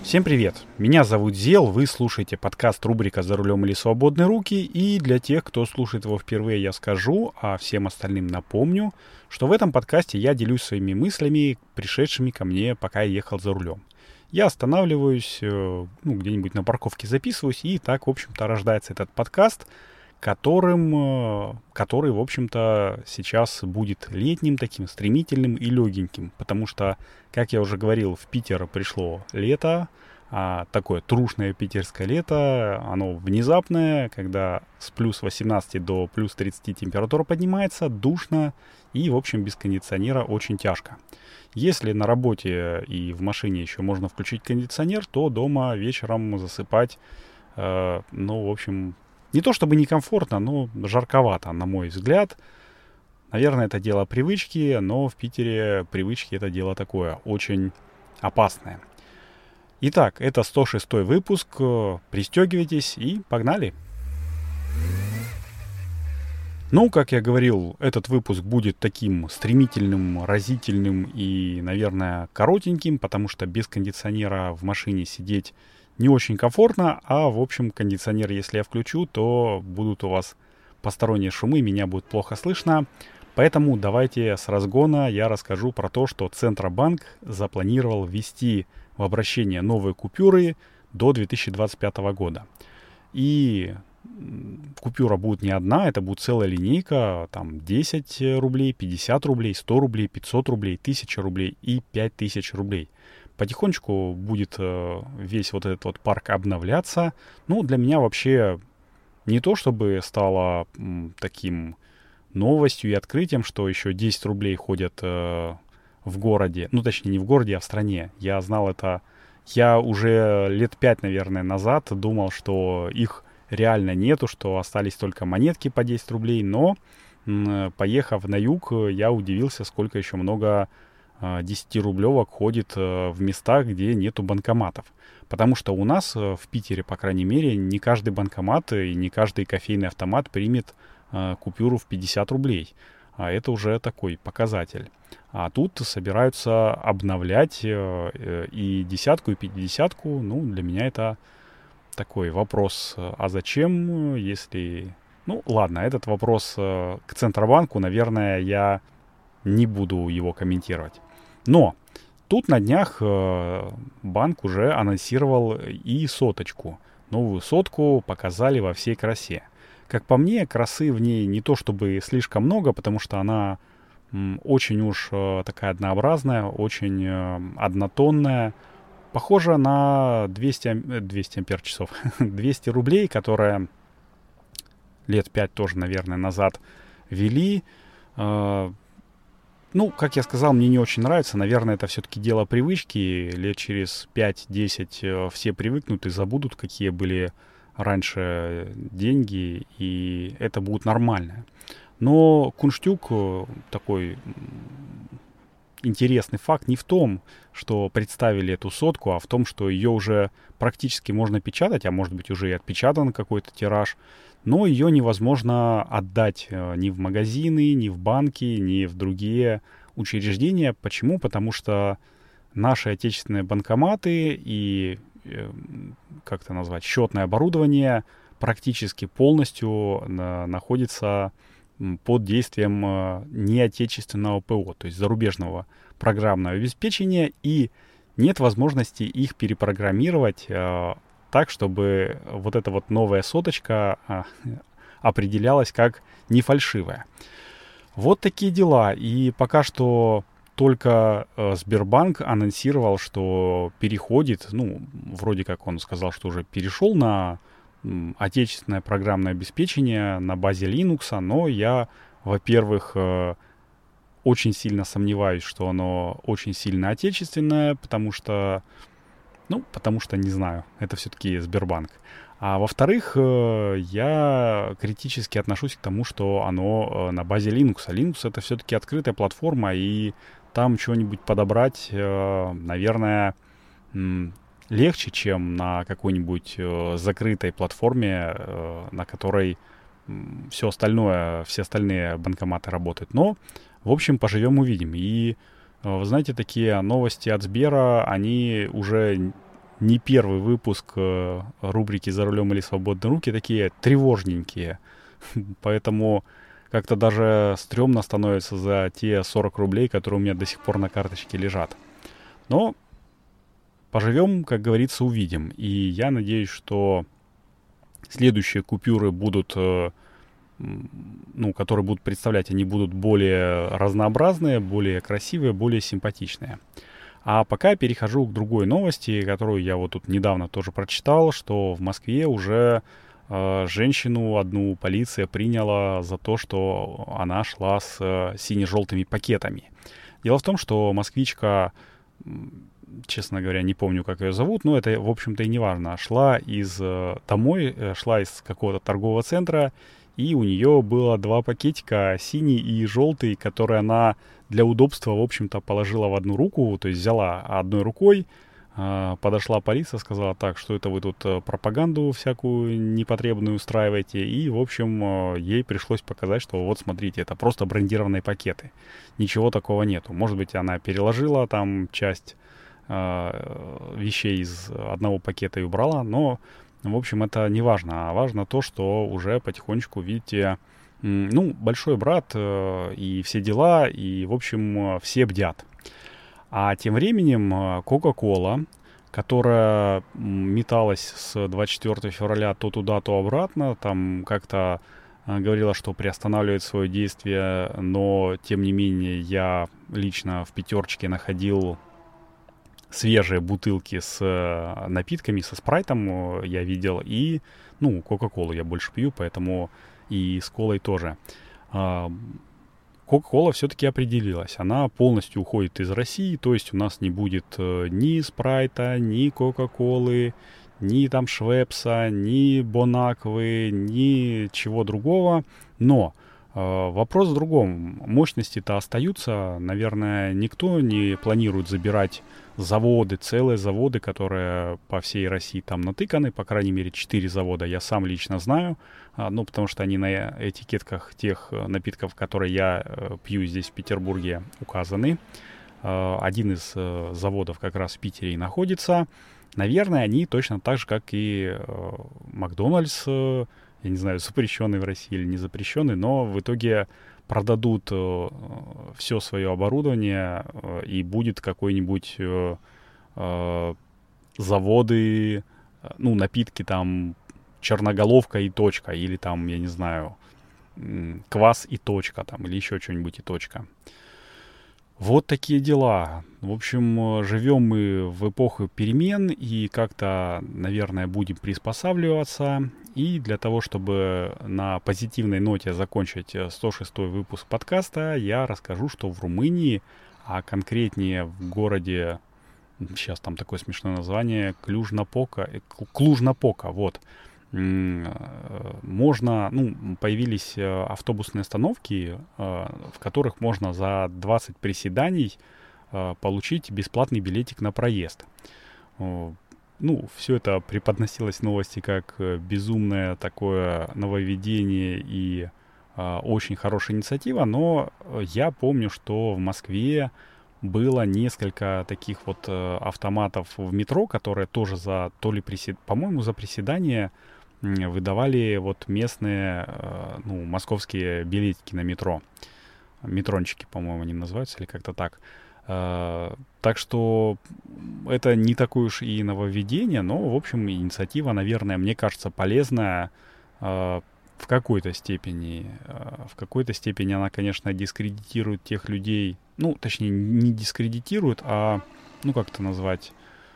Всем привет! Меня зовут Зел, вы слушаете подкаст рубрика «За рулем или свободные руки», и для тех, кто слушает его впервые, я скажу, а всем остальным напомню, что в этом подкасте я делюсь своими мыслями, пришедшими ко мне, пока я ехал за рулем. Я останавливаюсь, где-нибудь на парковке записываюсь, и так, в общем-то, рождается этот подкаст, который, в общем-то, сейчас будет летним, таким стремительным и легеньким, потому что, как я уже говорил, в Питер пришло лето, такое трушное питерское лето, оно внезапное, когда с плюс 18 до плюс 30 температура поднимается, душно и, в общем, без кондиционера очень тяжко. Если на работе и в машине еще можно включить кондиционер, то дома вечером засыпать, в общем, не то чтобы некомфортно, но жарковато, на мой взгляд. Наверное, это дело привычки, но в Питере привычки это дело такое, очень опасное. Итак, это 106-й выпуск. Пристегивайтесь и погнали! Как я говорил, этот выпуск будет таким стремительным, разительным и, наверное, коротеньким, потому что без кондиционера в машине сидеть не очень комфортно, а, в общем, кондиционер, если я включу, то будут у вас посторонние шумы, меня будет плохо слышно. Поэтому давайте с разгона я расскажу про то, что Центробанк запланировал ввести в обращение новые купюры до 2025 года. И купюра будет не одна, это будет целая линейка, там 10 рублей, 50 рублей, 100 рублей, 500 рублей, 1000 рублей и 5000 рублей. Потихонечку будет весь вот этот вот парк обновляться. Для меня вообще не то, чтобы стало таким новостью и открытием, что еще 10 рублей ходят в городе. Точнее, не в городе, а в стране. Я знал это... Я уже лет 5, наверное, назад думал, что их реально нету, что остались только монетки по 10 рублей. Но, поехав на юг, я удивился, сколько еще много 10-рублевок ходит в местах, где нету банкоматов. Потому что у нас в Питере, по крайней мере, не каждый банкомат и не каждый кофейный автомат примет купюру в 50 рублей. А это уже такой показатель. А тут собираются обновлять и десятку, и 50-ку. Для меня это такой вопрос. А зачем, если... Ладно, этот вопрос к Центробанку, наверное, я не буду его комментировать. Но тут на днях банк уже анонсировал и соточку. Новую сотку показали во всей красе. Как по мне, красы в ней не то чтобы слишком много, потому что она очень уж такая однообразная, очень однотонная. Похожа на 200 ампер-часов, 200 рублей, которые лет 5 тоже, наверное, назад ввели. Как я сказал, мне не очень нравится. Наверное, это все-таки дело привычки. Лет через 5-10 все привыкнут и забудут, какие были раньше деньги, и это будет нормально. Но кунштюк, такой интересный факт, не в том, что представили эту сотку, а в том, что ее уже практически можно печатать, а может быть уже и отпечатан какой-то тираж, но ее невозможно отдать ни в магазины, ни в банки, ни в другие учреждения. Почему? Потому что наши отечественные банкоматы и, как это назвать, счетное оборудование практически полностью находится под действием неотечественного ПО, то есть зарубежного программного обеспечения, и нет возможности их перепрограммировать так, чтобы вот эта вот новая соточка определялась как не фальшивая. Вот такие дела. И пока что только Сбербанк анонсировал, что переходит, вроде как он сказал, что уже перешел на отечественное программное обеспечение на базе Linux, но я, во-первых, очень сильно сомневаюсь, что оно очень сильно отечественное, потому что, не знаю, это все-таки Сбербанк. А во-вторых, я критически отношусь к тому, что оно на базе Linux. А Linux — это все-таки открытая платформа, и там что-нибудь подобрать, наверное, легче, чем на какой-нибудь закрытой платформе, на которой все остальные банкоматы работают. Но, в общем, поживем увидим. И, вы знаете, такие новости от Сбера, они уже не первый выпуск рубрики «За рулем или свободные руки», такие тревожненькие. Поэтому как-то даже стрёмно становится за те 40 рублей, которые у меня до сих пор на карточке лежат. Но поживем, как говорится, увидим. И я надеюсь, что следующие купюры будут, которые будут представлять, они будут более разнообразные, более красивые, более симпатичные. А пока перехожу к другой новости, которую я вот тут недавно тоже прочитал, что в Москве уже женщину одну полиция приняла за то, что она шла с сине-желтыми пакетами. Дело в том, что москвичка, честно говоря, не помню, как ее зовут, но это, в общем-то, и не важно, шла из какого-то торгового центра, и у нее было 2 пакетика, синий и желтый, которые она для удобства, в общем-то, положила в одну руку, то есть взяла одной рукой, подошла полиция, сказала: так, что это вы тут пропаганду всякую непотребную устраиваете, и, в общем, ей пришлось показать, что вот, смотрите, это просто брендированные пакеты, ничего такого нету. Может быть, она переложила там часть вещей из одного пакета и убрала, но, в общем, это не важно, а важно то, что уже потихонечку, видите, большой брат и все дела, и, в общем, все бдят. А тем временем Coca-Cola, которая металась с 24 февраля то туда, то обратно, там как-то говорила, что приостанавливает свое действие, но, тем не менее, я лично в пятерочке находил свежие бутылки с напитками, со спрайтом я видел, и, Кока-колу я больше пью, поэтому и с колой тоже. Coca-Cola все-таки определилась. Она полностью уходит из России, то есть у нас не будет ни спрайта, ни Кока-Колы, ни там Швепса, ни Бонаквы, ни чего другого. Но вопрос в другом. Мощности-то остаются. Наверное, никто не планирует забирать заводы, целые заводы, которые по всей России там натыканы. По крайней мере, 4 завода я сам лично знаю. Потому что они на этикетках тех напитков, которые я пью здесь в Петербурге, указаны. Один из заводов как раз в Питере и находится. Наверное, они точно так же, как и Макдональдс, я не знаю, запрещенный в России или не запрещенный, но в итоге продадут все свое оборудование, и будет какой-нибудь заводы, напитки там, черноголовка и точка, или там, я не знаю, квас и точка, там, или еще что-нибудь и точка. Вот такие дела. В общем, живем мы в эпоху перемен и как-то, наверное, будем приспосабливаться. И для того, чтобы на позитивной ноте закончить 106-й выпуск подкаста, я расскажу, что в Румынии, а конкретнее в городе, сейчас там такое смешное название, Клуж-Напока, вот, можно, появились автобусные остановки, в которых можно за 20 приседаний получить бесплатный билетик на проезд. Все это преподносилось в новости как безумное такое нововведение и очень хорошая инициатива, но я помню, что в Москве было несколько таких вот автоматов в метро, которые тоже по-моему, за приседание выдавали вот местные, московские билетики на метро. Метрончики, по-моему, они называются, или как-то так. Так что это не такое уж и нововведение, но, в общем, инициатива, наверное, мне кажется, полезная в какой-то степени. В какой-то степени она, конечно, дискредитирует тех людей, точнее, не дискредитирует, а, как это назвать,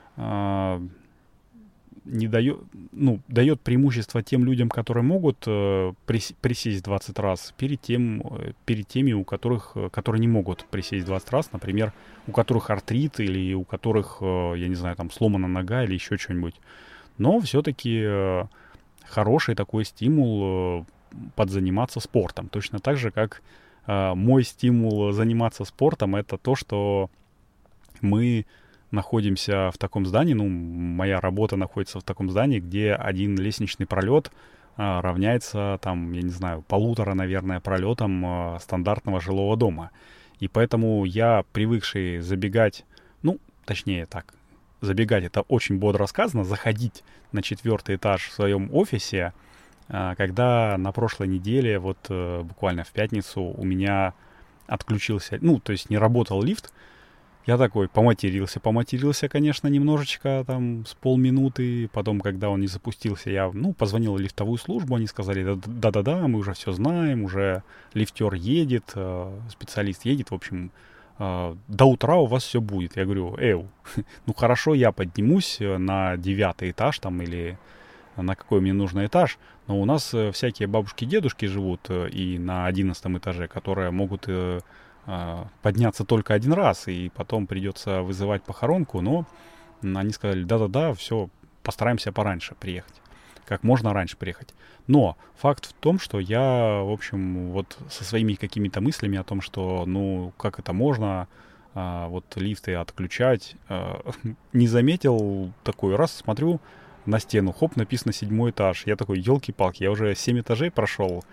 дает преимущество тем людям, которые могут присесть 20 раз, перед теми, которые не могут присесть 20 раз, например, у которых артрит или у которых, я не знаю, там сломана нога или еще что-нибудь. Но все-таки хороший такой стимул подзаниматься спортом. Точно так же, как мой стимул заниматься спортом — это то, что мы находимся в таком здании, моя работа находится в таком здании, где один лестничный пролет равняется, там, я не знаю, 1,5, наверное, пролетам стандартного жилого дома. И поэтому я, привыкший забегать, точнее так, забегать, это очень бодро сказано, заходить на 4-й этаж в своем офисе, когда на прошлой неделе, вот буквально в пятницу, у меня отключился, ну, то есть не работал лифт. Я такой поматерился, конечно, немножечко, там, с полминуты. Потом, когда он не запустился, я, позвонил в лифтовую службу, они сказали, да-да-да, мы уже все знаем, уже лифтер едет, специалист едет, в общем, до утра у вас все будет. Я говорю, хорошо, я поднимусь на 9-й этаж там или на какой мне нужен этаж, но у нас всякие бабушки, дедушки живут и на 11 этаже, которые могут подняться только один раз, и потом придется вызывать похоронку, но они сказали, да-да-да, все, постараемся пораньше приехать, как можно раньше приехать. Но факт в том, что я, в общем, вот со своими какими-то мыслями о том, что, как это можно, вот лифты отключать, не заметил такой, раз смотрю на стену, хоп, написано 7-й этаж. Я такой, елки-палки, я уже 7 этажей прошел,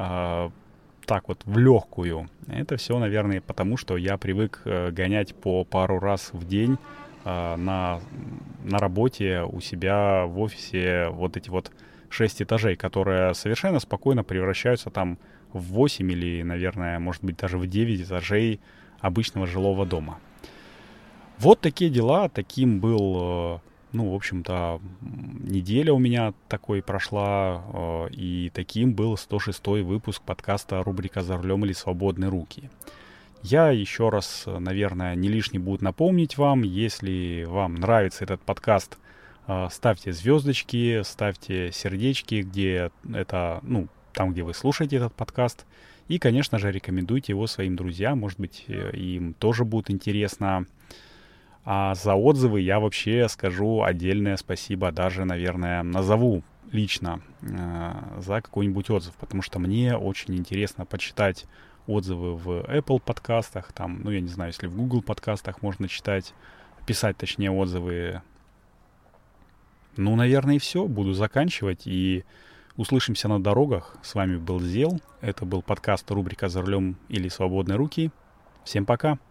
так вот, в легкую. Это все, наверное, потому что я привык гонять по пару раз в день на работе у себя в офисе вот эти вот 6 этажей, которые совершенно спокойно превращаются там в 8 или, наверное, может быть, даже в 9 этажей обычного жилого дома. Вот такие дела. Таким был... в общем-то, неделя у меня такой прошла, и таким был 106-й выпуск подкаста рубрика «За рулем или свободные руки». Я еще раз, наверное, не лишний будет напомнить вам, если вам нравится этот подкаст, ставьте звездочки, ставьте сердечки, где это, там, где вы слушаете этот подкаст. И, конечно же, рекомендуйте его своим друзьям, может быть, им тоже будет интересно. А за отзывы я вообще скажу отдельное спасибо, даже, наверное, назову лично за какой-нибудь отзыв, потому что мне очень интересно почитать отзывы в Apple подкастах, там, я не знаю, если в Google подкастах можно писать, точнее, отзывы. Наверное, и все, буду заканчивать, и услышимся на дорогах. С вами был Зел, это был подкаст рубрика «За рулем или свободные руки». Всем пока!